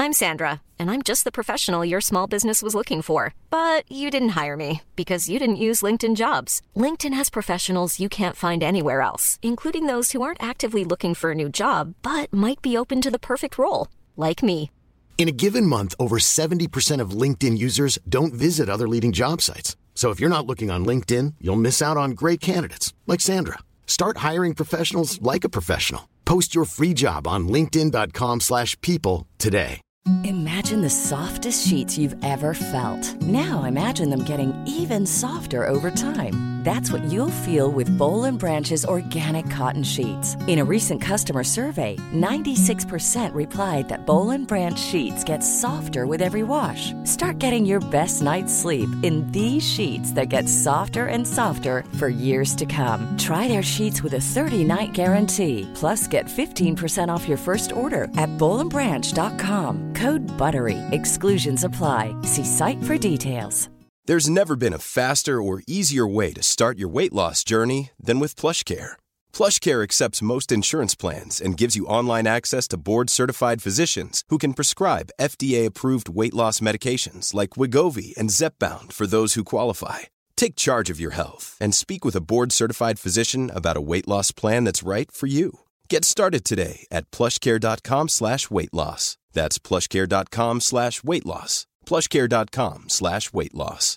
I'm Sandra, and I'm just the professional your small business was looking for. But you didn't hire me because you didn't use LinkedIn Jobs. LinkedIn has professionals you can't find anywhere else, including those who aren't actively looking for a new job, but might be open to the perfect role, like me. In a given month, over 70% of LinkedIn users don't visit other leading job sites. So if you're not looking on LinkedIn, you'll miss out on great candidates like Sandra. Start hiring professionals like a professional. Post your free job on linkedin.com/people today. Imagine the softest sheets you've ever felt. Now imagine them getting even softer over time. That's what you'll feel with Boll & Branch's organic cotton sheets. In a recent customer survey, 96% replied that Boll & Branch sheets get softer with every wash. Start getting your best night's sleep in these sheets that get softer and softer for years to come. Try their sheets with a 30-night guarantee. Plus, get 15% off your first order at bollandbranch.com. Code BUTTERY. Exclusions apply. See site for details. There's never been a faster or easier way to start your weight loss journey than with PlushCare. PlushCare accepts most insurance plans and gives you online access to board-certified physicians who can prescribe FDA-approved weight loss medications like Wegovy and Zepbound for those who qualify. Take charge of your health and speak with a board-certified physician about a weight loss plan that's right for you. Get started today at plushcare.com/weightloss. That's plushcare.com/weightloss. plushcare.com/weightloss.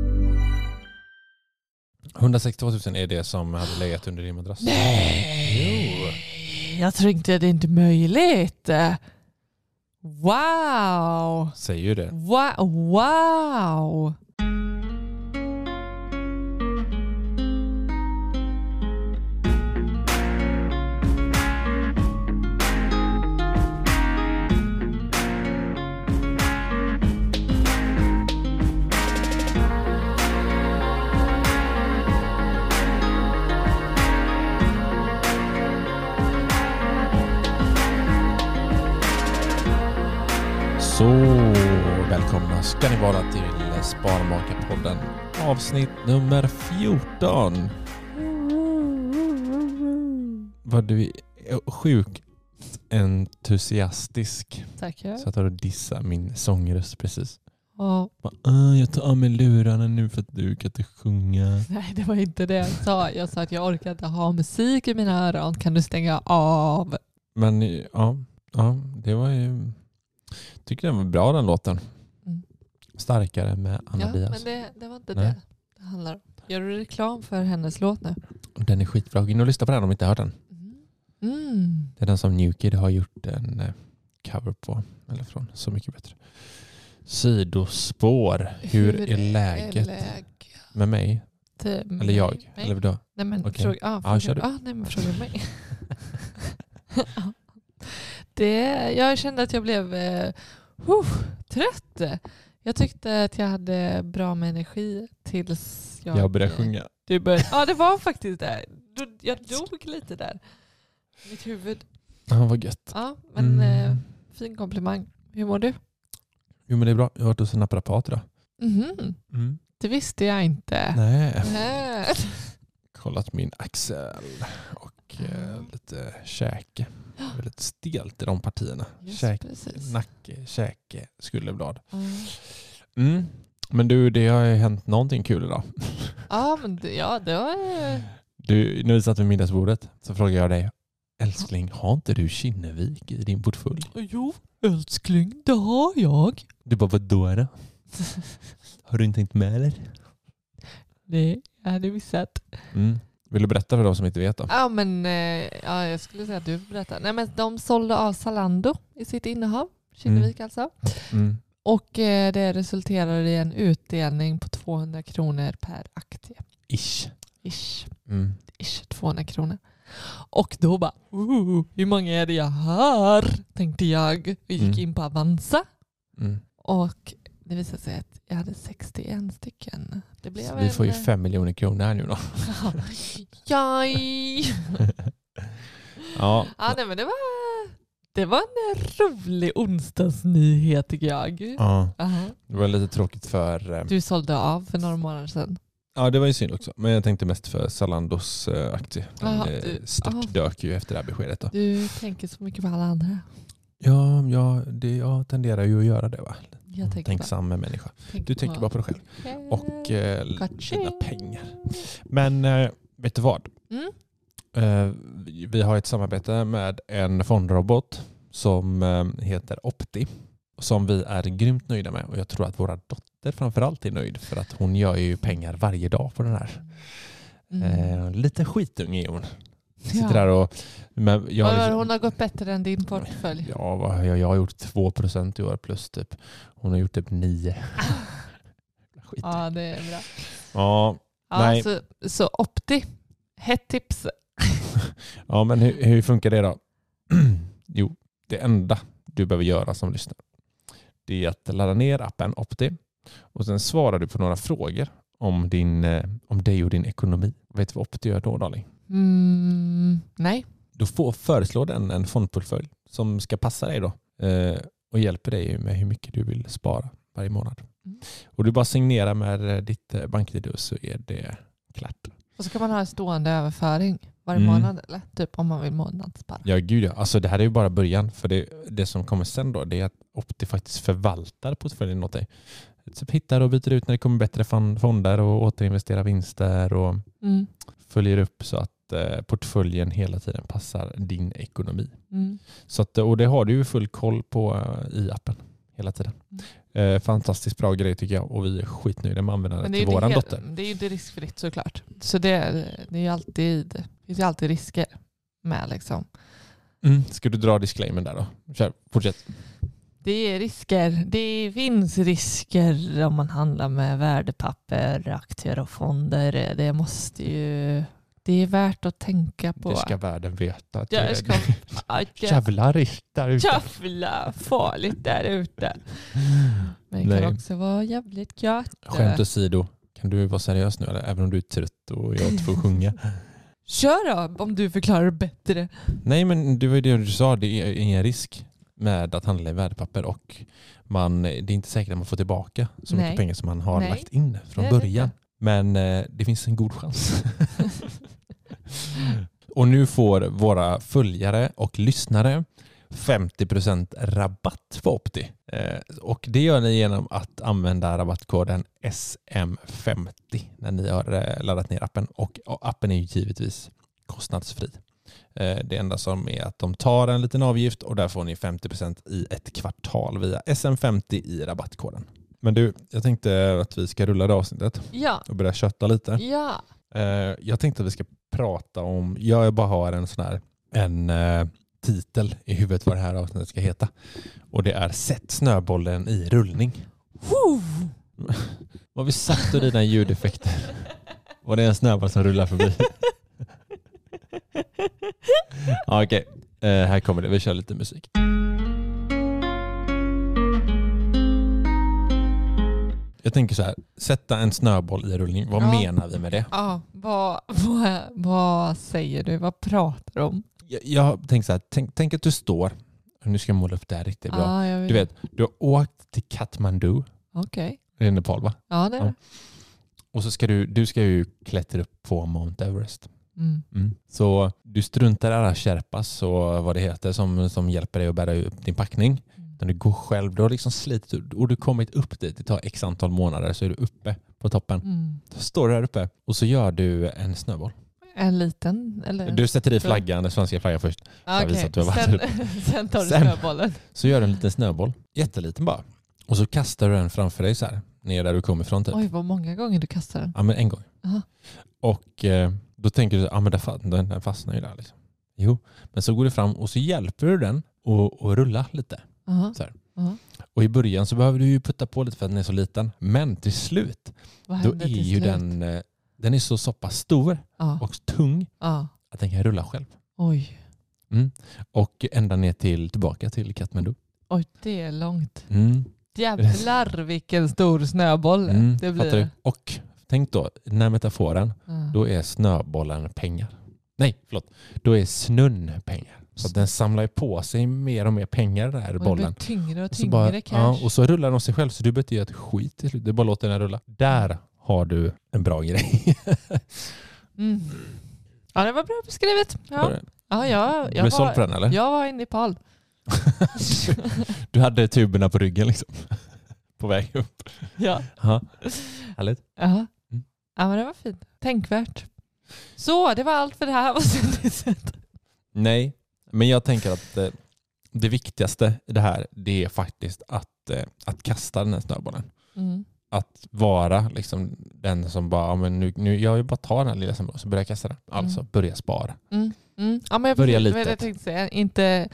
162 000 är det som hade legat under din madrass. Nej! Jag tänkte det är inte möjligt. Wow! Säger ju det. Wow! Så välkomna ska ni vara till Sparmakarpodden avsnitt nummer 14. Var du sjukt entusiastisk? Tack. Så att du dissade min sångröst precis. Ja. Jag tar av mig lurarna nu för att du kan inte sjunga. Nej, det var inte det jag sa. Jag sa att jag orkar inte ha musik i mina öron. Kan du stänga av? Men ja, det var ju... Tycker den var bra, den låten. Mm. Starkare med Anna Diaz. Men det var inte det handlar om. Gör du reklam för hennes låt nu? Den är skitbra. Gå in och lyssna på den om du inte har hört den. Mm. Det är den som New Kid har gjort en cover på. Eller från Så mycket bättre. Sidospår. Hur är läget med mig? Eller jag? Mig? Eller vadå? Nej, men okay. Fråga mig. Jag kände att jag blev trött. Jag tyckte att jag hade bra med energi tills jag började sjunga. Ja, det var faktiskt där. Jag dog lite där. Mitt huvud. Ja, vad gött. Ja, men fin komplimang. Hur mår du? Jo, men det är bra. Jag har varit hos en naprapat idag. Det visste jag inte. Nej. Kollat min axel och lite käke. Väldigt stelt i de partierna. Nacke, käke, skulderblad. Men du, det har ju hänt någonting kul idag. Ja, men det var... Du, när vi satt vid middagsbordet så frågade jag dig: älskling, har inte du Kinnevik i din portfölj? Jo, älskling, det har jag. Du bara, vadå då? Har du inte tänkt med eller? Nej, jag hade missat. Vill du berätta för de som inte vet då? Ja, men jag skulle säga att du berättar. Nej, men de sålde av Zalando i sitt innehav. Kinnevik alltså. Och det resulterar i en utdelning på 200 kronor per aktie. Ish. 200 kronor. Och då bara, hur många är det jag har? Tänkte jag. Vi gick in på Avanza. Och det visade sig att jag hade 61 stycken. Det blev vi får ju 5 miljoner kronor här nu då. Jaj! Ja, nej, men det var en rolig onsdagsnyhet tycker jag. Ja. Det var lite tråkigt för... Du sålde av för några månader sedan. Ja, det var ju synd också. Men jag tänkte mest för Zalandos aktie. Den störtdök ju efter det här beskedet då. Du tänker så mycket på alla andra. Jag tenderar ju att göra det, va? Tänksam människa. Du tänker bara på dig själv. Och dina pengar. Men vet du vad? Vi har ett samarbete med en fondrobot som heter Opti. Som vi är grymt nöjda med. Och jag tror att våra dotter framförallt är nöjd. För att hon gör ju pengar varje dag på den här. Lite skitunge är hon. Sitter där och... Men hon har gått bättre än din portfölj. Ja, jag har gjort 2% i år plus typ. Hon har gjort typ 9. Skit. Ja, det är bra. Ja, nej. Så Opti. Hett tips. Ja, men hur funkar det då? Jo, det enda du behöver göra som lyssnar, det är att ladda ner appen Opti och sen svarar du på några frågor om dig och din ekonomi. Vet du vad Opti gör då, Darling? Nej. Du får föreslå den en fondportfölj som ska passa dig då och hjälper dig med hur mycket du vill spara varje månad. Och du bara signerar med ditt bank-ID så är det klart. Och så kan man ha en stående överföring varje månad, eller? Typ om man vill månadsspara. Ja, gud ja. Alltså det här är ju bara början. För det som kommer sen då, det är att Opti faktiskt förvaltar portföljen åt dig. Typ hittar och byter ut när det kommer bättre fonder och återinvesterar vinster och följer upp så att portföljen hela tiden passar din ekonomi. Så att, och det har du ju full koll på i appen hela tiden. Fantastiskt bra grej tycker jag, och vi är skitnöjda med användandet till våran dotter. Det är ju inte riskfritt såklart. Så det finns ju alltid risker med liksom. Ska du dra disclaimer där då? Kör, fortsätt. Det är risker. Det finns risker om man handlar med värdepapper, aktier och fonder. Det är värt att tänka på. Det ska världen veta. Att jävla risk där ute. Jävla farligt där ute. Men det kan också vara jävligt gött. Skämt åsido. Kan du vara seriös nu? Eller? Även om du är trött och jag får sjunga. Kör då, om du förklarar det bättre. Nej, men det var ju det du sa. Det är ingen risk med att handla i värdepapper. Och det är inte säkert att man får tillbaka så mycket pengar som man har lagt in från början. Men det finns en god chans. Och nu får våra följare och lyssnare 50% rabatt på Opti. Och det gör ni genom att använda rabattkoden SM50 när ni har laddat ner appen. Och appen är ju givetvis kostnadsfri. Det enda som är att de tar en liten avgift och där får ni 50% i ett kvartal via SM50 i rabattkoden. Men du, jag tänkte att vi ska rulla det avsnittet och börja kötta lite. Ja. Jag tänkte att vi ska prata om, jag bara har en sån här titel i huvudet vad det här avsnittet ska heta. Och det är Sätt snöbollen i rullning. Vad har vi sagt och dina ljudeffekter? Och det är en snöboll som rullar förbi. Okej. Här kommer det, vi kör lite musik. Jag tänker så här, sätta en snöboll i rullning. Vad menar vi med det? Ja, vad säger du? Vad pratar du om? Jag tänker så här, tänk att du står, nu ska jag måla upp det här riktigt bra. Du vet, du har åkt till Kathmandu. Okej. Det är Nepal, va? Ja, det är det. Och så ska du ska ju klättra upp på Mount Everest. Så du struntar i alla Sherpas och vad det heter som hjälper dig att bära upp din packning. När du går själv, du har liksom slitit och du kommit upp dit. Det tar x antal månader så är du uppe på toppen. Då står du där uppe och så gör du en snöboll. En liten? Eller? Du sätter i flaggan, den svenska flaggan först. Okay. Sen tar du snöbollen. Så gör du en liten snöboll. Jätteliten bara. Och så kastar du den framför dig så här. Ner där du kommer ifrån typ. Oj, vad många gånger du kastar den. Ja, men en gång. Aha. Och då tänker du, men den fastnar ju där liksom. Jo, men så går du fram och så hjälper du den och rulla lite. Så här. Och i början så behöver du ju putta på lite för att den är så liten. Men till slut, då är ju den är så pass stor och tung att den kan rulla själv. Oj. Och ända ner tillbaka till Kathmandu. Oj, det är långt. Jävlar vilken stor snöboll det blir. Du? Och tänk då, den här metaforen, då är snöbollen pengar. Nej, förlåt. Då är snön pengar. Så att den samlar på sig mer och mer pengar där i bollen. Och tyngre och tyngre cash. Och så rullar de sig själv så du behöver inte göra ett skit till slut. Du bara låter den rulla. Där har du en bra grej. Ja, det var bra beskrivet. Ja. Du är såld på den eller? Jag var i Nepal. Du hade tuberna på ryggen liksom. På väg upp. Ja. Ja. Härligt. Ja. Ja, men det var fint. Tänkvärt. Så, det var allt för det här avsnittet. Nej, men jag tänker att det viktigaste i det här, det är faktiskt att kasta den här snöbollen. Mm. Att vara liksom den som bara, men nu jag vill bara ta den här lilla snöbollen så börjar jag kasta den. Alltså börja spara. Mm. Mm. Ja, men Börja litet. Jag tänkte säga, inte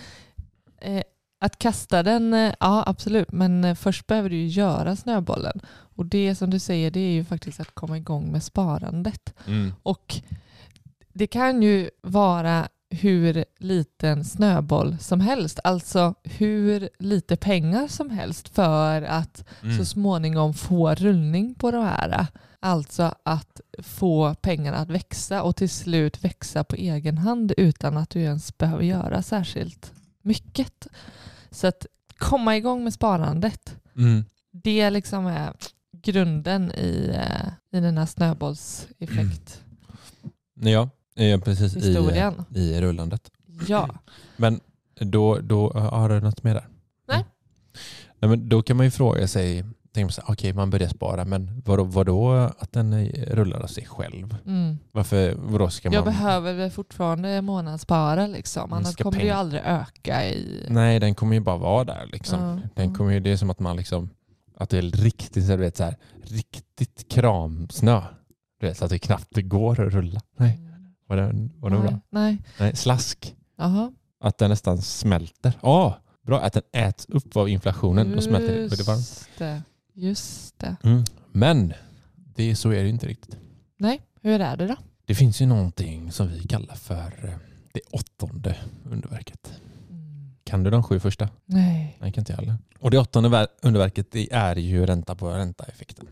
att kasta den, ja absolut, men först behöver du ju göra snöbollen. Och det som du säger, det är ju faktiskt att komma igång med sparandet. Och det kan ju vara hur liten snöboll som helst. Alltså hur lite pengar som helst för att så småningom få rullning på det här. Alltså att få pengarna att växa och till slut växa på egen hand utan att du ens behöver göra särskilt mycket. Så att komma igång med sparandet. Det liksom är grunden i den här snöbollseffekt. Ja, precis i rullandet. Ja. Men då har du något med där? Nej. Nej, men då kan man ju fråga sig, okej, man börjar spara, men vadå att den rullar av sig själv? Vadå ska man... Jag behöver väl fortfarande månadsspara liksom, annars kommer det ju aldrig öka i... Nej, den kommer ju bara vara där liksom. Den kommer ju, det är som att man liksom, att det är riktigt, så vet, så här, riktigt kramsnö. Du vet, så att det knappt går att rulla. Nej. Var det bra? Nej, slask. Aha. Att den nästan smälter. Bra, att den äts upp av inflationen. Då smälter det. Blir det varmt. Just det. Men så är det inte riktigt. Nej, hur är det då? Det finns ju någonting som vi kallar för det 8:e underverket. Kan du de 7 första? Nej. Nej, kan inte jag heller. Och det 8:e underverket, det är ju ränta på ränta-effekten.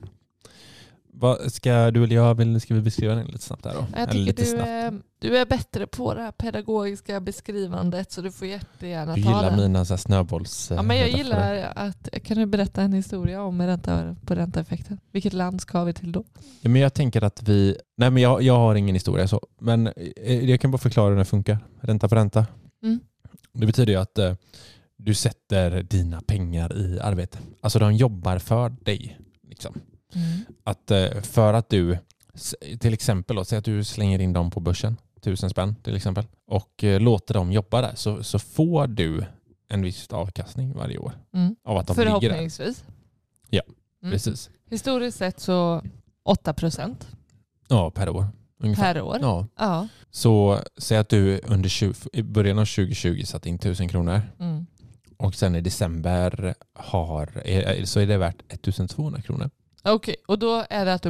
Ska du eller jag, ska vi beskriva den lite snabbt här då? Jag tycker du är bättre på det här pedagogiska beskrivandet, så du får jättegärna ta det. Du gillar mina så här snöbolls... Ja, men jag gillar att... Kan du berätta en historia om ränta på ränta-effekten? Vilket land ska vi till då? Ja, men jag tänker att vi... Nej, men jag har ingen historia så. Men jag kan bara förklara hur det funkar. Ränta på ränta. Det betyder ju att du sätter dina pengar i arbete. Alltså de jobbar för dig. Liksom. Att för att du till exempel då, säg att du slänger in dem på börsen, 1000 spänn till exempel, och låter dem jobba där, så får du en viss avkastning varje år av att de ligger där. Förhoppningsvis. Ja, precis. Historiskt sett så 8%. Ja, per år. Ungefär. Per år? Ja. Så säg att du i början av 2020 satt in 1000 kronor. Och sen i december så är det värt 1200 kronor. Okej, och då är det att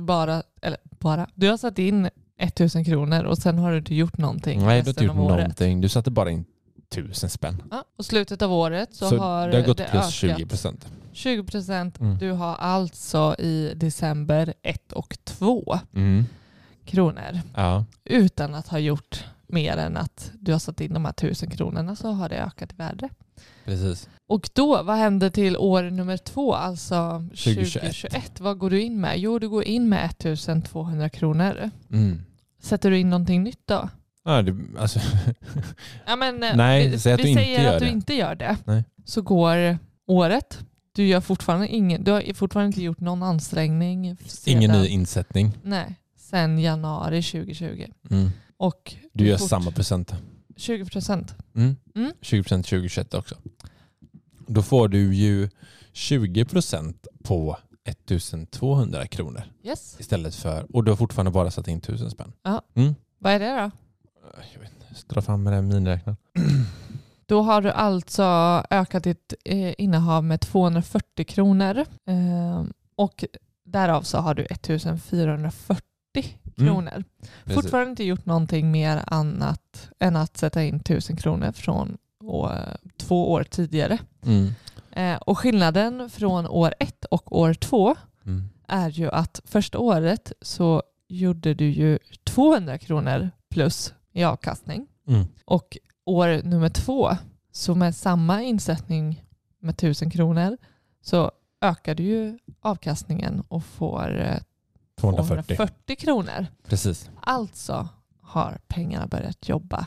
du har satt in 1000 kronor och sen har du inte gjort någonting. Nej, du har inte gjort någonting. Du satte bara in 1000 spänn. Ja, och slutet av året så har det har gått det plus ökat. 20%. 20%. Du har alltså i december 1 och 2 kronor. Ja. Utan att ha gjort mer än att du har satt in de här 1000 kronorna, så har det ökat i värde. Precis. Och då, vad händer till år nummer 2, alltså 2021? Vad går du in med? Jo, du går in med 1200 kronor. Sätter du in någonting nytt då? Ja, alltså... ja, men, nej, vi säger att du inte gör det. Nej. Så går året. Du har fortfarande inte gjort någon ansträngning. Ingen ny insättning. Nej, sen januari 2020. Och du gör samma procent. 20%. 20% 2021 också. Då får du ju 20% på 1200 kronor. Yes. Istället för, och du har fortfarande bara satt in 1000 spänn. Ja. Vad är det då? Jag vet inte. Dra fram med den miniräknaren. Då har du alltså ökat ditt innehav med 240 kronor. Och därav så har du 1440 kronor. Fortfarande inte gjort någonting mer annat än att sätta in 1000 kronor från 2 år tidigare. Och skillnaden från år 1 och år 2 är ju att första året så gjorde du ju 200 kronor plus i avkastning. Och år nummer 2, så med samma insättning med 1000 kronor, så ökar du ju avkastningen och får 240 kronor. Precis. Alltså har pengarna börjat jobba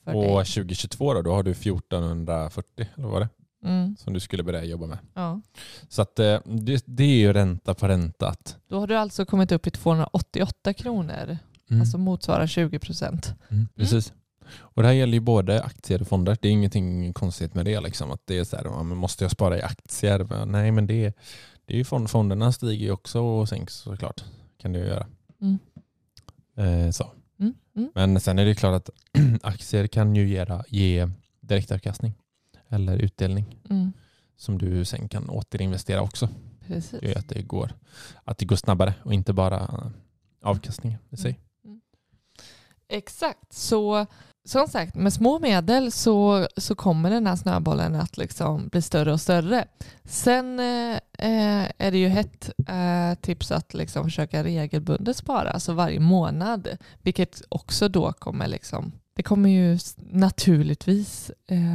Och 2022 då har du 1440, eller vad var det? Som du skulle börja jobba med. Ja. Så att det är ju ränta på ränta. Då har du alltså kommit upp i 288 kronor. Alltså motsvarar 20%. Precis. Och det här gäller ju både aktier och fonder. Det är ingenting konstigt med det. Liksom. Att det är så här, man måste jag spara i aktier? Nej, men det är ju fonderna stiger ju också och sänks såklart. Kan du göra. Så. Men sen är det klart att aktier kan ju ge direktavkastning eller utdelning som du sen kan återinvestera också. Precis. Det gör att det går snabbare och inte bara avkastningen i sig. Exakt. Så som sagt, med små medel så kommer den här snöbollen att liksom bli större och större. Sen är det ju ett tips att liksom försöka regelbundet spara, alltså varje månad. Vilket också då kommer liksom, det kommer ju naturligtvis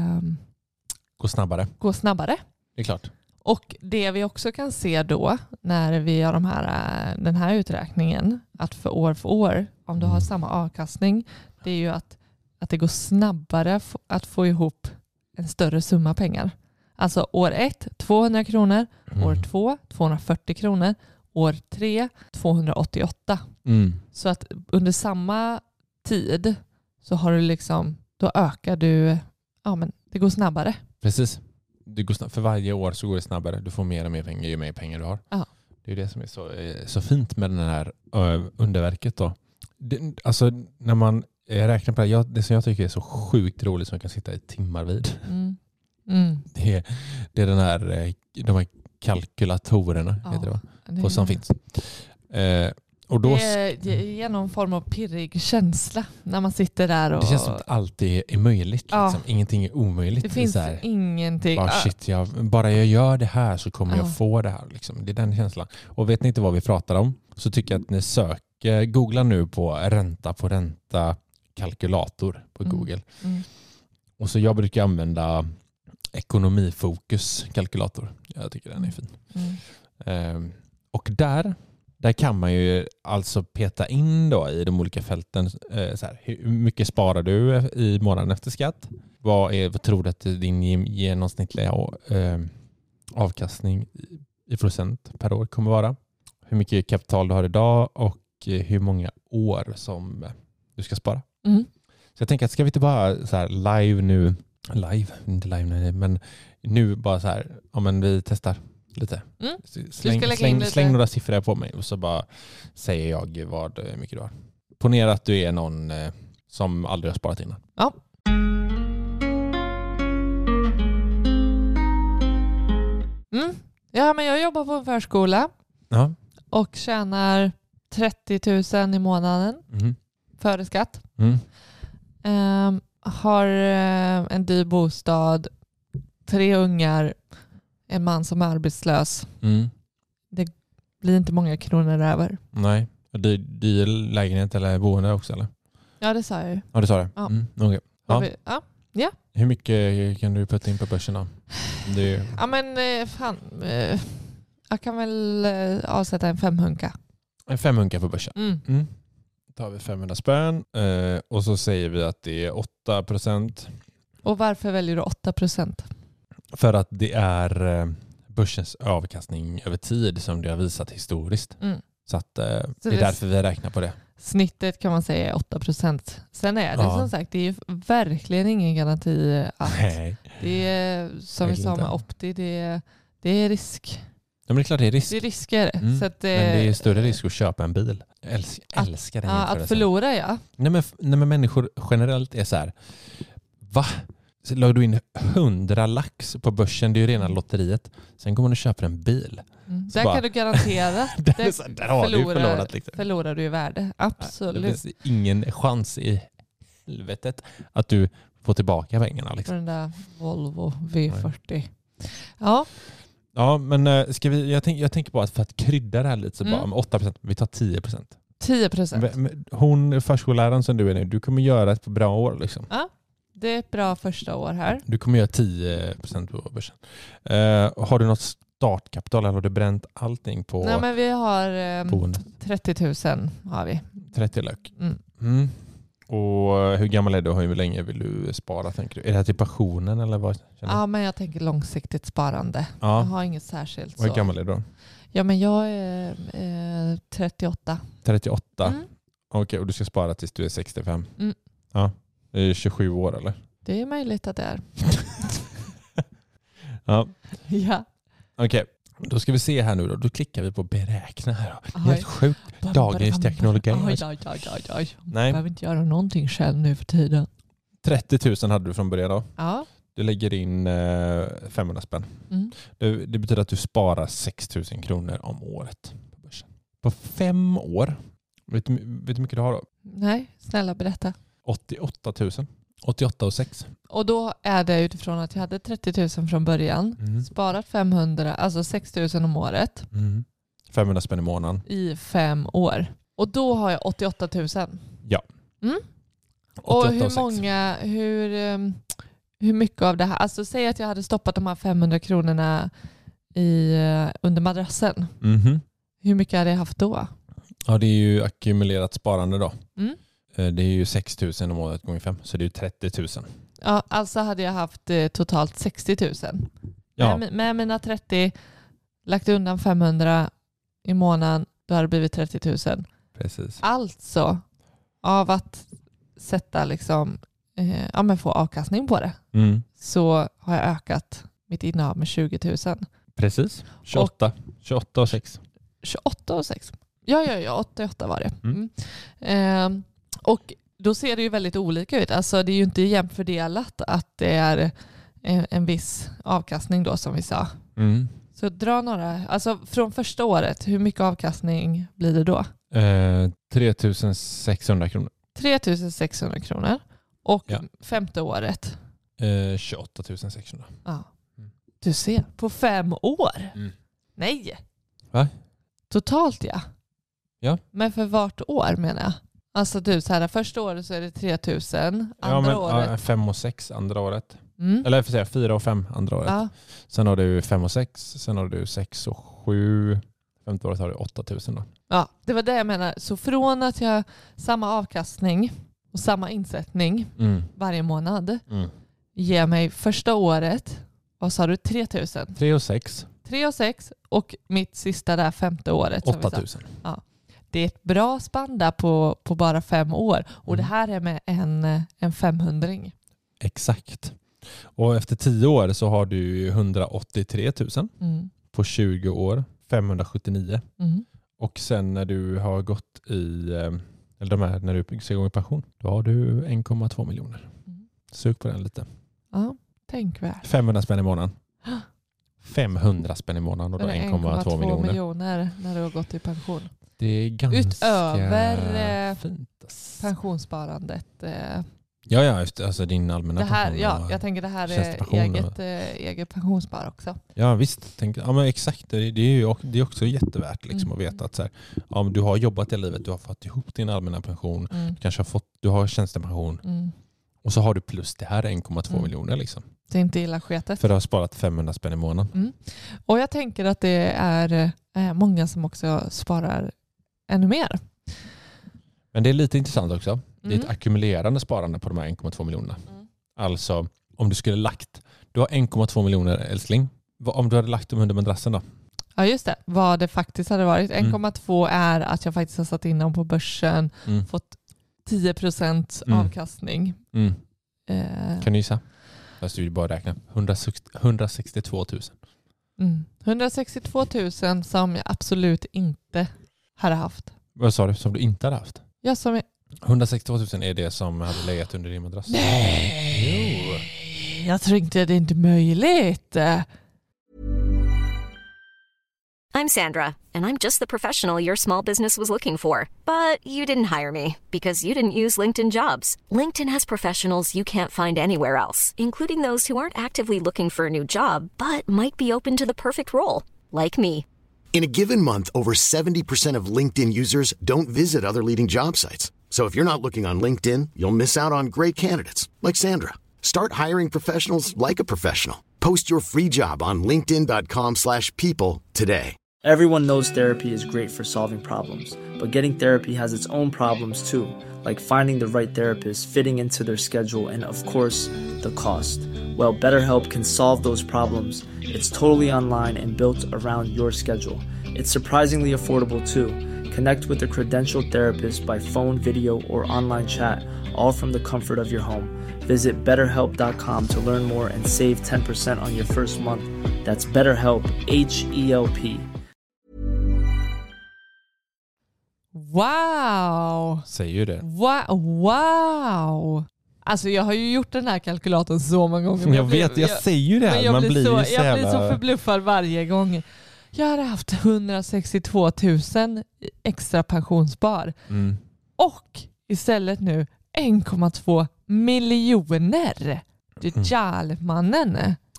gå snabbare. Det är klart. Och det vi också kan se då när vi gör den här uträkningen, att för år, om du har samma avkastning, det är ju att det går snabbare att få ihop en större summa pengar. Alltså år 1, 200 kronor, år 2, 240 kronor, år 3, 288. Så att under samma tid så har du liksom, då ökar du, men det går snabbare. Precis. För varje år så går det snabbare. Du får mer och mer pengar ju mer pengar du har. Ja. Det är det som är så fint med den här underverket då. Alltså när man räknar på det som jag tycker är så sjukt roligt som man kan sitta i timmar vid. Det är de här kalkylatorerna heter det, va? Som finns. Och då, det ger någon form av pirrig känsla när man sitter där. Och, det känns som att allt är möjligt. Liksom. Ingenting är omöjligt. Det finns ingenting. Bara jag gör det här så kommer jag få det här. Liksom. Det är den känslan. Och vet ni inte vad vi pratar om så tycker jag att ni googla nu på ränta kalkylator på Google. Och så jag brukar använda ekonomifokus kalkylator. Jag tycker den är fin. Och där kan man ju alltså peta in då i de olika fälten så här, hur mycket sparar du i månaden efter skatt? Vad tror du att din genomsnittliga avkastning i procent per år kommer vara? Hur mycket kapital du har idag och hur många år som du ska spara. Så jag tänker att ska vi inte bara så här inte live men nu bara så här, men vi testar lite. Släng några siffror på mig och så bara säger jag hur mycket du har. Ponera att du är någon som aldrig har sparat innan. Ja. Ja, men jag jobbar på en förskola och tjänar 30 000 i månaden före skatt. Har en dyr bostad, 3 ungar, en man som är arbetslös. Det blir inte många kronor över. Nej. Dyr lägenhet eller boende också eller? Ja, det sa jag ju. Ja, det sa det. Ja. Okay. Ja. Hur mycket kan du putta in på börsen då? Ja, men jag kan väl avsätta en 500. En 500 på börsen. Då tar vi 500 spänn och så säger vi att det är 8%. Och varför väljer du 8%? För att det är börsens avkastning över tid som det har visat historiskt. Så att det är därför vi räknar på det. Snittet kan man säga är 8%. Sen är det som sagt, det är verkligen ingen garanti att det är som vi sa med Opti, det är risk. Ja, men det är klart det är risk. Det är risker. Så att, men det är större risk att köpa en bil. Älskar den jämförelsen. Att förlora, ja. Nej, men människor generellt är så här, va? Så lade du in 100 lax på börsen, det är ju rena lotteriet. Sen går man och köper en bil. Där bara, kan du garantera där har du förlorat. Liksom. Förlorar du i värde. Absolut. Det finns ingen chans i helvetet att du får tillbaka pengarna. Liksom. För den där Volvo V40. Ja. Ja, men jag tänker bara att för att krydda det här lite så bara med 8%, vi tar 10%. 10%. Hon, förskolläraren som du är nu, du kommer göra ett bra år liksom. Ja. Det är ett bra första år här. Du kommer göra 10% på börsen. Har du något startkapital eller har du bränt allting på? Nej, men vi har 30 000 har vi. 30 lök. Och hur gammal är du och hur länge vill du spara, tänker du? Är det här till pensionen eller vad? Ja, men jag tänker långsiktigt sparande. Ja. Jag har inget särskilt. Och hur gammal är du då? Ja, men jag är 38. 38? Okej, och du ska spara tills du är 65? Ja, det är 27 år eller? Det är möjligt att det är. Ja. Okej, då ska vi se här nu då. Då klickar vi på beräkna här då. Helt sjukt. Dagens teknologi. Oj. Nej. Jag behöver inte göra någonting själv nu för tiden. 30 000 hade du från början då. Ja. Du lägger in 500 spänn. Det betyder att du sparar 6 000 kronor om året på börsen. På 5 år. Vet du hur mycket du har då? Nej, snälla berätta. 88 000. 88 och 6. Och då är det utifrån att jag hade 30 000 från början. Sparat 500, alltså 6 000 om året. 500 spänn i månaden. I 5 år. Och då har jag 88 000. Ja. Och hur mycket av det här, alltså säg att jag hade stoppat de här 500 kronorna under madrassen. Hur mycket hade jag haft då? Ja, det är ju ackumulerat sparande då. Det är ju 6 000 om året gånger 5, så det är ju 30 000. Ja, alltså hade jag haft totalt 60 000. Ja. Med mina 30, lagt undan 500 i månaden, då hade det blivit 30 000. Precis. Alltså, av att sätta liksom, men få avkastning på det, så har jag ökat mitt innehav med 20 000. Precis. 28 och 6. 28 och 6. Ja, 88 var det. Och då ser det ju väldigt olika ut. Alltså det är ju inte jämnt fördelat att det är en viss avkastning då, som vi sa. Så dra några, alltså från första året, hur mycket avkastning blir det då? 3 600 kronor. 3 600 kronor. Och femte året? 28 600. Ja. Du ser, på 5 år? Nej. Va? Totalt ja. Men för vart år menar jag? Alltså du, så här, första året så är det 3 000. Andra året? 5 och 6 andra året. Eller för att säga 4 och 5 andra året. Ja. Sen har du 5 och 6. Sen har du 6 och 7. Femte året har du 8 000 då. Ja, det var det jag menar. Så från att jag samma avkastning och samma insättning varje månad ger mig första året, vad sa du, 3 000? 3 och 6. 3 och 6 och mitt sista där femte året. 8 000. Ja. Det är ett bra spann där på bara 5 år. Och det här är med en 500-ring. Exakt. Och efter 10 år så har du 183 000. På 20 år 579. Och sen när du har gått när du ska gå i pension, då har du 1,2 miljoner. Sug på den lite. Ja, tänkvärt. 500 spänn i månaden. 500 spänn i månaden och då 1,2 miljoner när du har gått i pension. Det är ganska utöver fint. Pensionssparandet. Ja, alltså din allmänna pension. Ja, jag tänker det här är eget pensionsspar också. Ja, visst. Men exakt. Det är också jättevärt liksom, att veta att så här, du har jobbat i livet, du har fått ihop din allmänna pension, du har tjänstepension och så har du plus det här 1,2 miljoner liksom. Det är inte illa sketet. För du har sparat 500 spänn i månaden. Och jag tänker att det är många som också sparar ännu mer. Men det är lite intressant också. Det är ett ackumulerande sparande på de här 1,2 miljonerna. Alltså, om du skulle lagt... Du har 1,2 miljoner, älskling. Om du hade lagt dem under madrassen då? Ja, just det. Vad det faktiskt hade varit. 1,2 är att jag faktiskt har satt in dem på börsen. Fått 10% avkastning. Kan du gissa? Fast du vill bara räkna. 162 000. 162 000 som jag absolut inte hade haft. Vad sa du? Som du inte hade haft? Ja, 162 000 är det som hade legat under din madrass. Nej! Jo. Jag tror inte det är inte möjligt. I'm Sandra, and I'm just the professional your small business was looking for. But you didn't hire me because you didn't use LinkedIn Jobs. LinkedIn has professionals you can't find anywhere else, including those who aren't actively looking for a new job, but might be open to the perfect role, like me. In a given month, over 70% of LinkedIn users don't visit other leading job sites. So if you're not looking on LinkedIn, you'll miss out on great candidates like Sandra. Start hiring professionals like a professional. Post your free job on linkedin.com/people today. Everyone knows therapy is great for solving problems, but getting therapy has its own problems too, like finding the right therapist, fitting into their schedule, and of course, the cost. Well, BetterHelp can solve those problems. It's totally online and built around your schedule. It's surprisingly affordable too. Connect with a credentialed therapist by phone, video, or online chat, all from the comfort of your home. Visit BetterHelp.com to learn more and save 10% on your first month. That's BetterHelp, H-E-L-P. Wow! Säger ju det. Wow! Alltså jag har ju gjort den här kalkylatorn så många gånger. Jag säger ju det här. Jag blir så förbluffad varje gång. Jag hade haft 162 000 extra pensionsspar. Och istället nu 1,2 miljoner. Det är Jalmannen.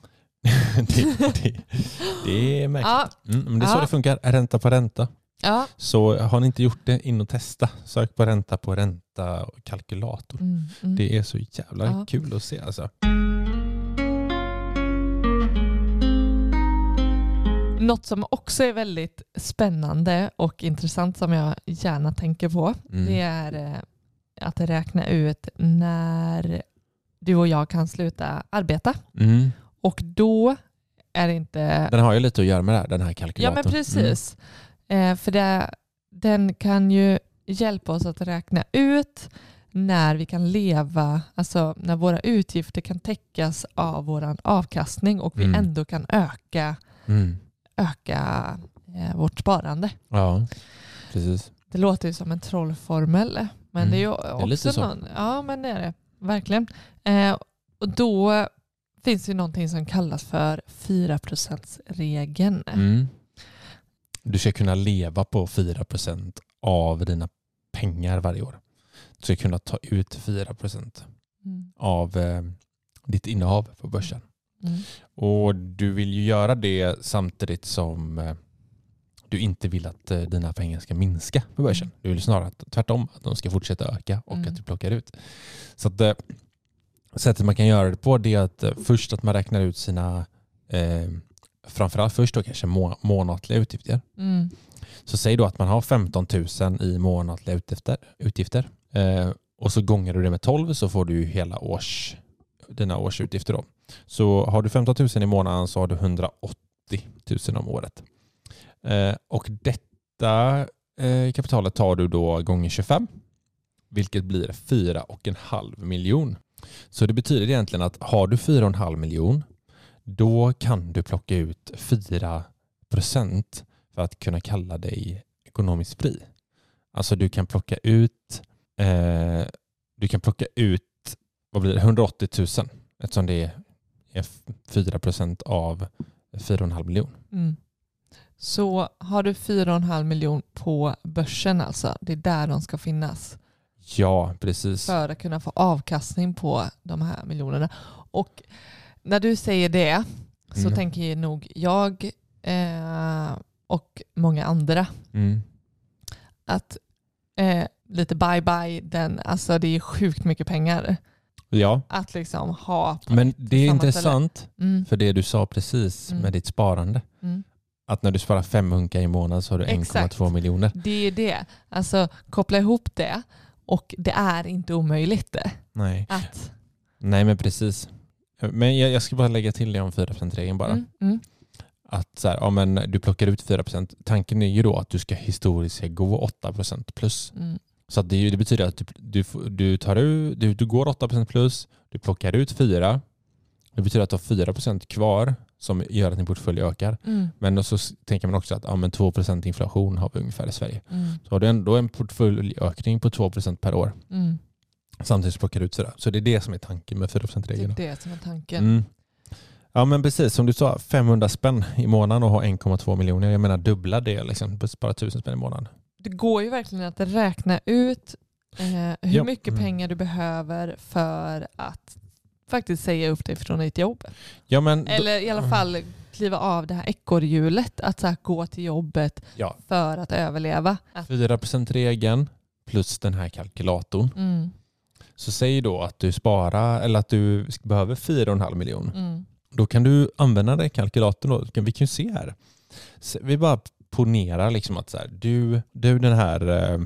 det är märkligt. Men det är så det funkar. Ränta på ränta. Ja. Så har ni inte gjort det, in och testa. Sök på ränta och kalkylator. Det är så jävla kul att se alltså. Något som också är väldigt spännande och intressant som jag gärna tänker på, det är att räkna ut när du och jag kan sluta arbeta. Och då är det inte... Den har ju lite att göra med det här, den här kalkylatorn. Ja, men precis. För den kan ju hjälpa oss att räkna ut när vi kan leva, alltså när våra utgifter kan täckas av vår avkastning och vi ändå kan öka vårt sparande. Ja, precis. Det låter ju som en trollformel, men det är ju också lite så. Ja, men det är det. Verkligen. Och då finns ju någonting som kallas för 4%-regeln. Du ska kunna leva på 4% av dina pengar varje år. Du ska kunna ta ut 4% av ditt innehav på börsen. Och du vill ju göra det samtidigt som du inte vill att dina pengar ska minska på börsen. Du vill snarare tvärtom, att de ska fortsätta öka och att du plockar ut. Så att sättet man kan göra det på, det är att först att man räknar ut sina framförallt först då kanske månatliga utgifter. Så säg då att man har 15 000 i månatliga utgifter. Och så gånger du det med 12 så får du hela dina årsutgifter då. Så har du 15 000 i månaden så har du 180 000 om året. Och detta kapitalet tar du då gånger 25, vilket blir 4,5 miljon. Så det betyder egentligen att har du 4,5 miljon, då kan du plocka ut 4% för att kunna kalla dig ekonomiskt fri. Alltså du kan plocka ut vad blir det? 180 000 eftersom det är 4% av 4,5 miljon. Så har du 4,5 miljon på börsen alltså, det är där de ska finnas. Ja, precis. För att kunna få avkastning på de här miljonerna. Och när du säger det så tänker nog jag och många andra att lite bye alltså det är sjukt mycket pengar. Ja. Att liksom ha. Men det är intressant för det du sa precis med ditt sparande. Att när du sparar 5 hunkar i månaden så har du 1,2 miljoner. Det är det. Alltså koppla ihop det och det är inte omöjligt. Nej. Nej, men precis. Men jag ska bara lägga till det om 4%-regeln bara. Att så här, ja, men du plockar ut 4%. Tanken är ju då att du ska historiskt gå 8% plus. Så att det betyder att du går 8% plus, du plockar ut 4%. Det betyder att du har 4% kvar som gör att din portfölj ökar. Men så tänker man också att 2% inflation har vi ungefär i Sverige. Så har du ändå en portföljökning på 2% per år. Samtidigt plockar du ut 4%. Så det är det som är tanken med 4%-regeln. Det är det som är tanken. Ja, men precis. Som du sa, 500 spänn i månaden och ha 1,2 miljoner. Jag menar dubbla det, liksom. Bara 1000 spänn i månaden. Det går ju verkligen att räkna ut hur mycket pengar du behöver för att faktiskt säga upp dig från ditt jobb. Ja, men eller i alla fall kliva av det här ekorrhjulet. Att så här, gå till jobbet för att överleva. 4%-regeln plus den här kalkylatorn. Så säg då att du sparar eller att du behöver 4,5 miljoner. Då kan du använda den kalkylatorn. Då. Vi kan ju se här. Så vi bara ponerar liksom att så här, du den här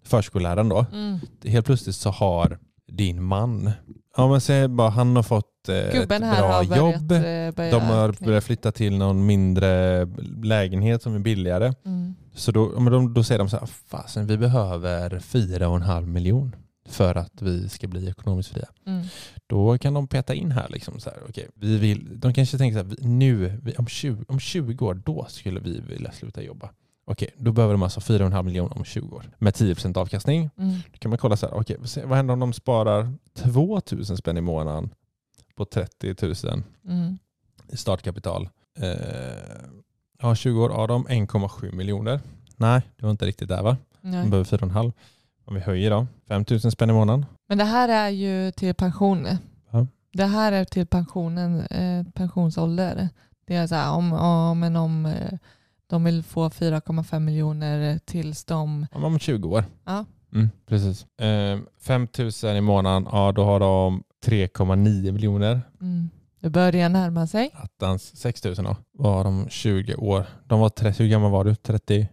förskolläraren då. Helt plötsligt så har din man, säg bara han har fått ett bra jobb. De har börjat flytta till någon mindre lägenhet som är billigare. Så då säger de så här, fasen, vi behöver 4,5 miljoner för att vi ska bli ekonomiskt fria. Då kan de peta in här liksom så här, okej, de kanske tänker så här, om 20 år då skulle vi vilja sluta jobba. Okej, då behöver de alltså 4,5 miljoner om 20 år. Med 10% avkastning. Då kan man kolla så här, okej, vad händer om de sparar 2,000 spänn i månaden på 30 000 i startkapital? 20 år har de 1,7 miljoner. Nej, det var inte riktigt där va? De behöver 4,5. Om vi höjer då, 5,000 spänn i månaden. Men det här är ju till pension. Ja. Det här är till pensionsålder. Det är så här, om de vill få 4,5 miljoner tills de... Om 20 år. Ja. Precis. 5,000 i månaden, då har de 3,9 miljoner. Det börjar närma sig. Attans 6,000 då. Var de 20 år. De var 30, hur gammal var du? 38?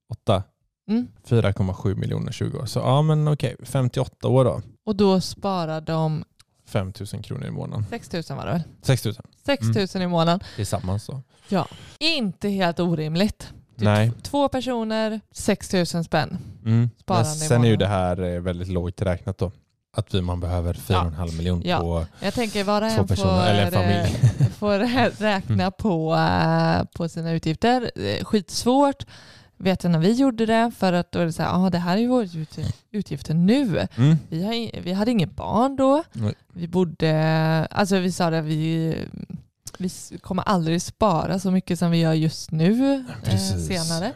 4,7 miljoner 20 år. Så okej, 58 år då. Och då sparar de 5,000 kronor i månaden. 6,000 var det väl? 6,000. 6,000 i månaden. Tillsammans så. Ja, inte helt orimligt. Nej. 2 personer, 6,000 spänn. Men sen är ju det här väldigt lågt räknat då. Att man behöver 4,5 miljoner på jag tänker vara 2 personer eller en familj. Får räkna på sina utgifter. Skitsvårt. Vet jag när vi gjorde det, för att då är det så här, det här är ju våra utgifter nu. Vi hade inget barn då. Vi bodde, vi sa det, vi kommer aldrig spara så mycket som vi gör just nu senare.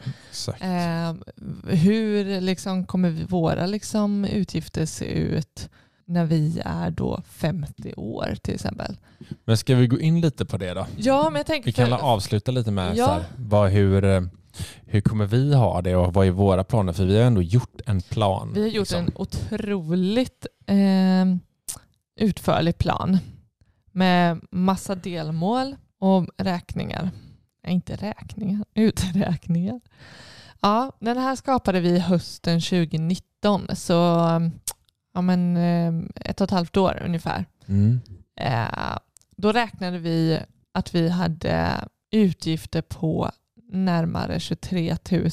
Hur liksom kommer våra liksom utgifter se ut när vi är då 50 år till exempel? Men ska vi gå in lite på det då? Ja, men jag tänker... Vi kan avsluta lite med så här, hur kommer vi ha det och vad är våra planer? För vi har ändå gjort en plan. Vi har gjort en otroligt utförlig plan med massa delmål och räkningar. Inte räkningar, uträkningar. Ja, den här skapade vi hösten 2019, så 1,5 år ungefär. Då räknade vi att vi hade utgifter på närmare 23 000.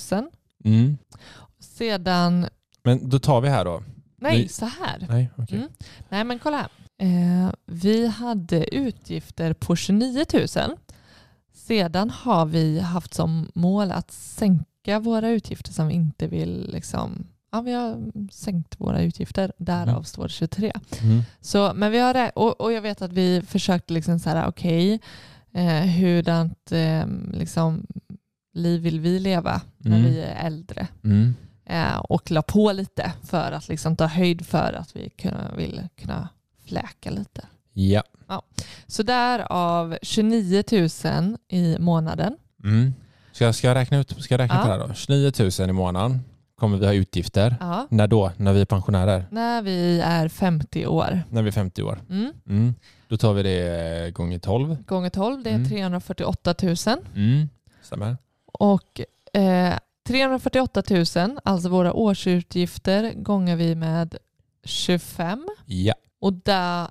Sedan... Men då tar vi här då. Nej, så här. Nej, okay. Nej, men kolla här. Vi hade utgifter på 29 000. Sedan har vi haft som mål att sänka våra utgifter som vi inte vill liksom... Ja, vi har sänkt våra utgifter. Därav står det 23. Så, men vi har och jag vet att vi försökte liksom så här, hurdant liksom liv vill vi leva när vi är äldre. Och la på lite för att liksom ta höjd för att vi vill kunna fläka lite. Ja. Så därav 29 000 i månaden. Ska jag räkna på det här då? 29 000 i månaden kommer vi ha utgifter. När då? När vi är pensionärer? När vi är 50 år. När vi är 50 år. Då tar vi det gånger 12. Gånger 12, det är 348 000. Stämmer. Och 348 000, alltså våra årsutgifter, gånger vi med 25. Ja. Och där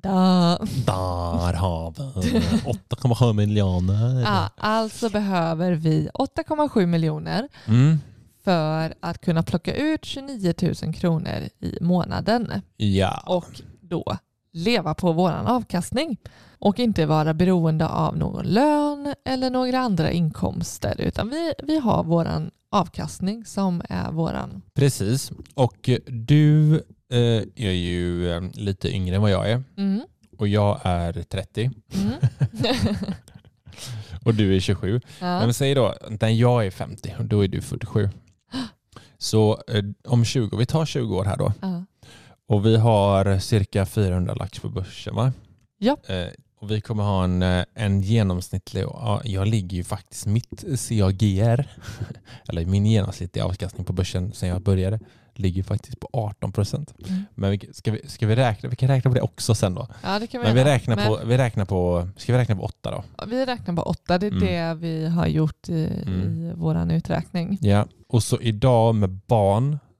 har vi 8,7 miljoner. Ja, alltså behöver vi 8,7 miljoner för att kunna plocka ut 29 000 kronor i månaden. Ja. Och då leva på våran avkastning och inte vara beroende av någon lön eller några andra inkomster, utan vi har våran avkastning som är våran. Precis. Och du är ju lite yngre än vad jag är. Och jag är 30. Och du är 27. Men säg då, när jag är 50 och då är du 47. Så om 20, vi tar 20 år här då. Och vi har cirka 400 lax på börsen, va? Ja. Och vi kommer ha en genomsnittlig, jag ligger ju faktiskt mitt CAGR, eller min genomsnittliga avkastning på börsen sen jag började, ligger faktiskt på 18%. Men ska vi räkna? Vi kan räkna på det också sen då. Ja, det kan vi. Men vi räknar på 8 då? Ja, vi räknar på 8. Det är det vi har gjort i våran uträkning. Ja, och så idag med barn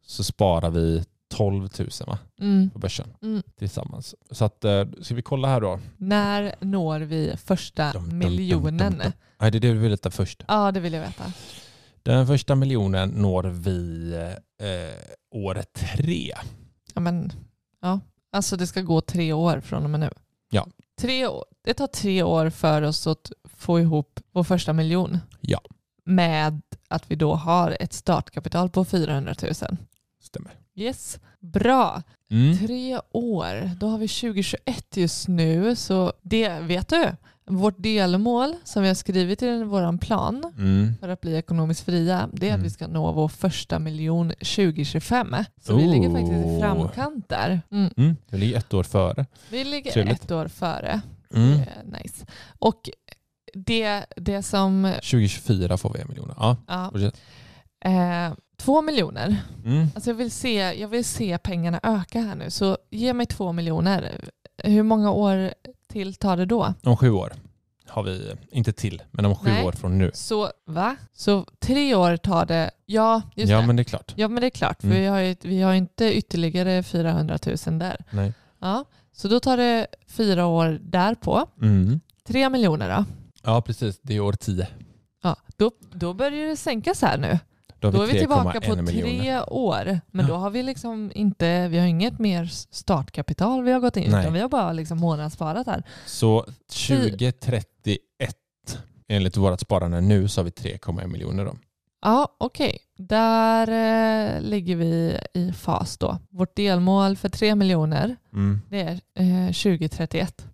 så sparar vi 12 000 va? På börsen tillsammans. Så att, ska vi kolla här då? När når vi första miljonen? Nej, det är det du vill veta först. Ja, det vill jag veta. Den första miljonen når vi år 3. Ja, men ja. Alltså det ska gå 3 år från och med nu. Ja. 3 år. Det tar 3 år för oss att få ihop vår första miljon. Ja. Med att vi då har ett startkapital på 400 000. Stämmer. Yes. Bra. 3 år. Då har vi 2021 just nu. Så det vet du. Vårt delmål som vi har skrivit i vår plan för att bli ekonomiskt fria, det är att vi ska nå vår första miljon 2025. Så vi ligger faktiskt i framkant där. Vi ligger 1 år före. Vi ligger Trevligt. 1 år före. Det är nice. Och det som... 2024 får vi 1 miljon. Ja. 2 miljoner. Alltså jag vill se pengarna öka här nu. Så ge mig 2 miljoner. Hur många år till tar det då? Om 7 år har vi, inte till, men om 7 år från nu. Så va? Så 3 år tar det, ja just det. Men det är klart. Ja men det är klart, för vi har inte ytterligare 400 000 där. Nej. Ja, så då tar det 4 år därpå. 3 miljoner då? Ja precis, det är år 10. Ja, då börjar det sänkas här nu. Då är vi tillbaka på 3 miljoner. år. Men då har vi liksom inte, vi har inget mer startkapital vi har gått in, utan vi har bara liksom månadssparat här. Så 2031 enligt vårt sparande nu så har vi 3,1 miljoner då. Ja, okej. Där ligger vi i fas då. Vårt delmål för 3 miljoner det är 2031.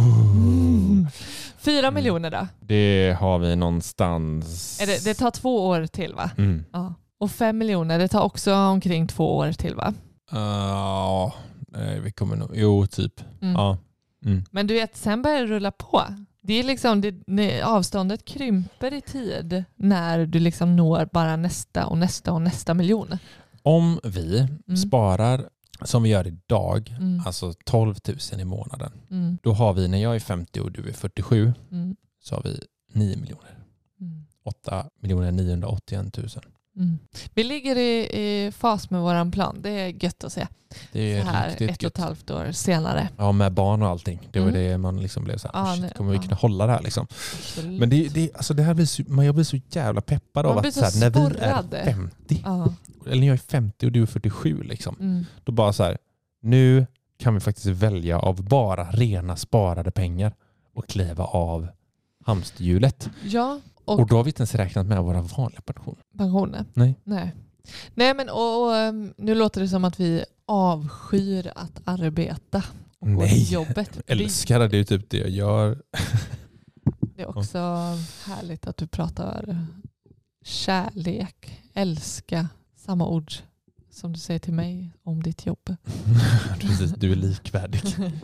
4 miljoner då? Det har vi någonstans... Det tar 2 år till va? Ja. Och 5 miljoner, det tar också omkring 2 år till va? Ja, vi kommer nog... Jo, typ. Ja. Men du vet, sen börjar det rulla på. Det är liksom, avståndet krymper i tid när du liksom når bara nästa miljon. Om vi sparar som vi gör idag, alltså 12 000 i månaden, då har vi, när jag är 50 och du är 47, så har vi 9 miljoner. 8 981 000. Vi ligger i fas med våran plan. Det är gött att se. Det är så här riktigt 1,5 år senare. Ja, med barn och allting. Det var det man liksom blev så här, kommer vi kunna hålla det här liksom? Absolut. Men alltså det här blir jag blir så jävla peppad av att så här, när vi är 50, eller när jag är 50 och du är 47 liksom, då bara så här, nu kan vi faktiskt välja av bara rena sparade pengar och kliva av hamsterhjulet. Ja. Och då har vi inte ens räknat med våra vanliga pensioner. Nej, men och nu låter det som att vi avskyr att arbeta och gå till jobbet. Älskar det, är typ det jag gör. Det är också härligt att du pratar kärlek, älska, samma ord som du säger till mig om ditt jobb. Precis, du är likvärdig.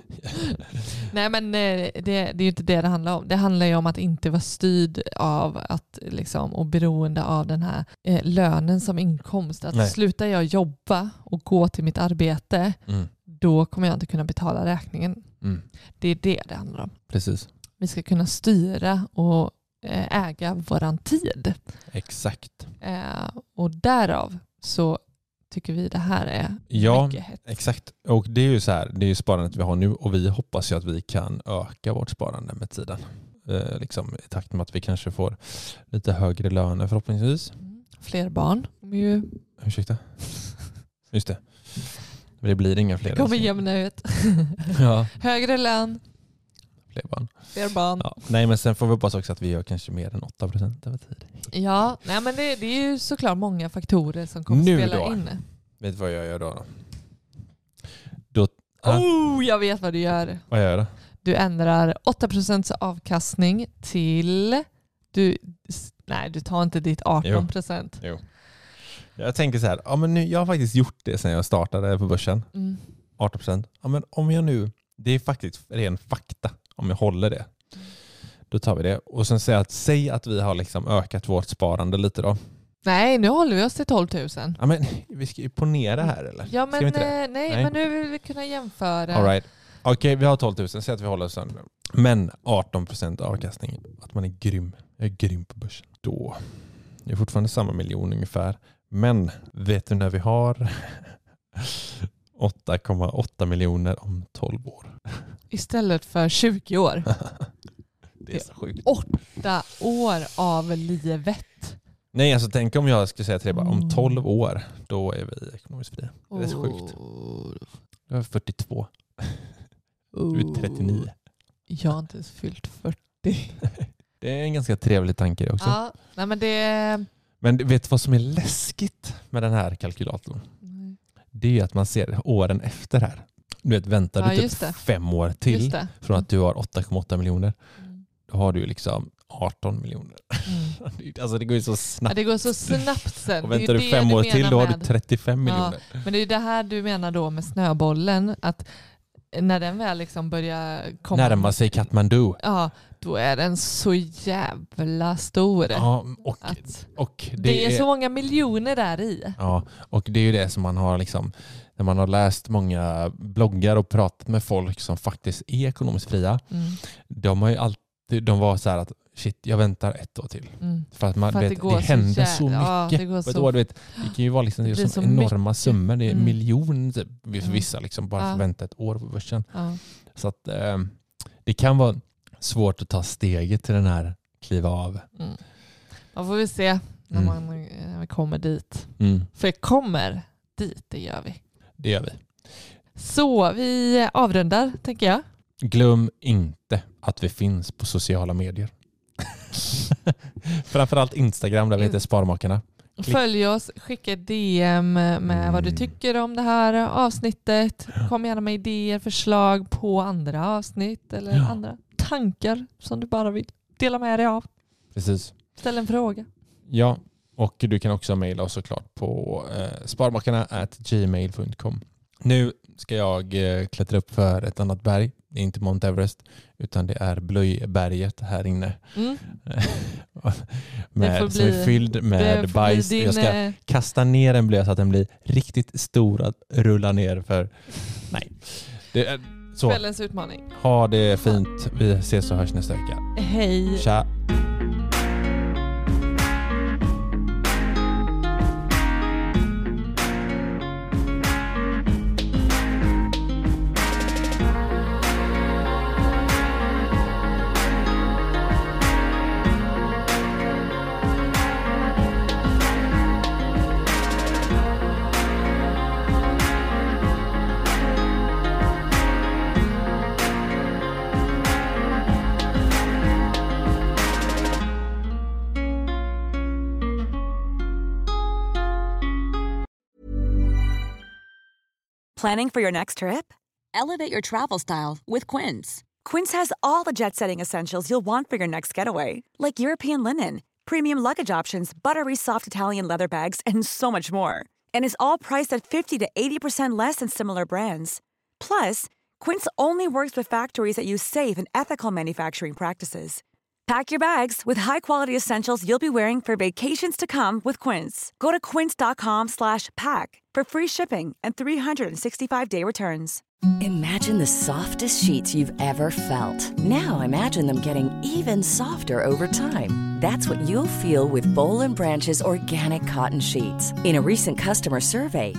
Nej, men det är ju inte det handlar om. Det handlar ju om att inte vara styrd av att liksom, och beroende av den här lönen som inkomst. Att slutar jag jobba och gå till mitt arbete, då kommer jag inte kunna betala räkningen. Det är det handlar om. Precis. Vi ska kunna styra och äga våran tid. Exakt. Och därav så tycker vi det här är mycket hett. Exakt. Och det är ju så här, det är ju sparandet vi har nu och vi hoppas ju att vi kan öka vårt sparande med tiden. Liksom i takt med att vi kanske får lite högre löner förhoppningsvis. Fler barn. Ursäkta? Just det. Det blir inga fler. Det kommer jämna ut. Högre lön. Fler barn. Ja. Nej, men sen får vi hoppas också att vi gör kanske mer än 8% över tid. Ja, nej, men det är ju såklart många faktorer som kommer spela in. Vet du vad jag gör då? Jag vet vad du gör. Vad gör jag då? Du ändrar 8% avkastning till... Du tar inte ditt 18%. Jo. Jag tänker så här, men jag har faktiskt gjort det sen jag startade på börsen. 18%. Ja, men om jag nu... Det är faktiskt ren fakta. Om jag håller det. Då tar vi det. Och sen säg att vi har liksom ökat vårt sparande lite då. Nej, nu håller vi oss till 12 000. Ja, men vi ska ju ponera här eller? Ja, men nej, men nu vill vi kunna jämföra. All right. Okej, vi har 12 000. Säg att vi håller oss sönder. Men 18% avkastning. Att man är grym. Jag är grym på börsen. Då Det är fortfarande samma miljon ungefär. Men vet du när vi har 8,8 miljoner om 12 år? Istället för 20 år. Det är så sjukt. 8 år av livet. Nej, alltså tänk om jag skulle säga till dig bara, om 12 år, då är vi ekonomiskt fria. Det är så sjukt. Jag är 42. Du är 39. Jag har inte ens fyllt 40. Det är en ganska trevlig tanke också. Ja, nej men det... Men vet du vad som är läskigt med den här kalkylatorn? Det är att man ser åren efter här. Du vet, väntar du typ 5 år till från att du har 8,8 miljoner. Då har du liksom 18 miljoner. Alltså det går ju så snabbt. Ja, det går så snabbt sen. Och väntar du 5 år till, då har du 35 miljoner. Men det är det här du menar då med snöbollen. Att när den väl liksom börjar komma... Närma sig Kathmandu. Ja, då är den så jävla stor. Ja, och det är så många miljoner där i. Ja, och det är ju det som man har liksom, när man har läst många bloggar och pratat med folk som faktiskt är ekonomiskt fria. De har ju alltid, de var så här att shit, jag väntar 1 år till. För att man vet, det händer så mycket. Ja, det kan ju vara liksom, det är så enorma summor. Det är miljoner typ, vissa liksom, bara för vänta 1 år på börsen. Så att det kan vara svårt att ta steget till den här kliva av. Man får vi se när man kommer dit. För kommer dit, det gör vi. Det gör vi. Så vi avrundar, tänker jag. Glöm inte att vi finns på sociala medier. Framförallt Instagram, där vi heter Sparmakarna. Följ oss, skicka DM med vad du tycker om det här avsnittet. Kom gärna med idéer, förslag på andra avsnitt eller andra tankar som du bara vill dela med dig av. Precis. Ställ en fråga. Ja, och du kan också mejla oss såklart på sparmakarna@gmail.com. Nu ska jag klättra upp för ett annat berg. Det är inte Mount Everest, utan det är Blöjberget här inne. Som är fylld med bajs. Jag ska kasta ner en blöj så att den blir riktigt stor att rulla ner för. Nej. Det är så. Kvällens utmaning. Ha det fint. Vi ses och hörs nästa vecka. Hej. Tja. Planning for your next trip? Elevate your travel style with Quince. Quince has all the jet-setting essentials you'll want for your next getaway, like European linen, premium luggage options, buttery soft Italian leather bags, and so much more. And is all priced at 50 to 80% less than similar brands. Plus, Quince only works with factories that use safe and ethical manufacturing practices. Pack your bags with high-quality essentials you'll be wearing for vacations to come with Quince. Go to quince.com/pack for free shipping and 365-day returns. Imagine the softest sheets you've ever felt. Now imagine them getting even softer over time. That's what you'll feel with Boll & Branch's organic cotton sheets. In a recent customer survey,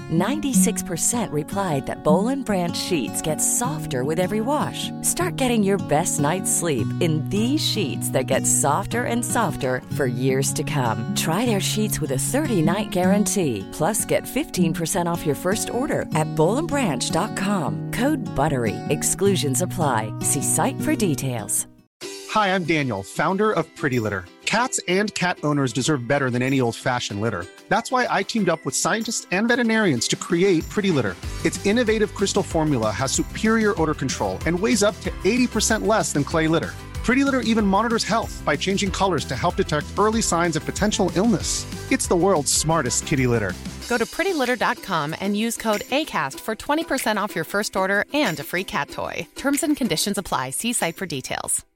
96% replied that Boll & Branch sheets get softer with every wash. Start getting your best night's sleep in these sheets that get softer and softer for years to come. Try their sheets with a 30-night guarantee. Plus, get 15% off your first order at bollandbranch.com. Code BUTTERY. Exclusions apply. See site for details. Hi, I'm Daniel, founder of Pretty Litter. Cats and cat owners deserve better than any old-fashioned litter. That's why I teamed up with scientists and veterinarians to create Pretty Litter. Its innovative crystal formula has superior odor control and weighs up to 80% less than clay litter. Pretty Litter even monitors health by changing colors to help detect early signs of potential illness. It's the world's smartest kitty litter. Go to prettylitter.com and use code ACAST for 20% off your first order and a free cat toy. Terms and conditions apply. See site for details.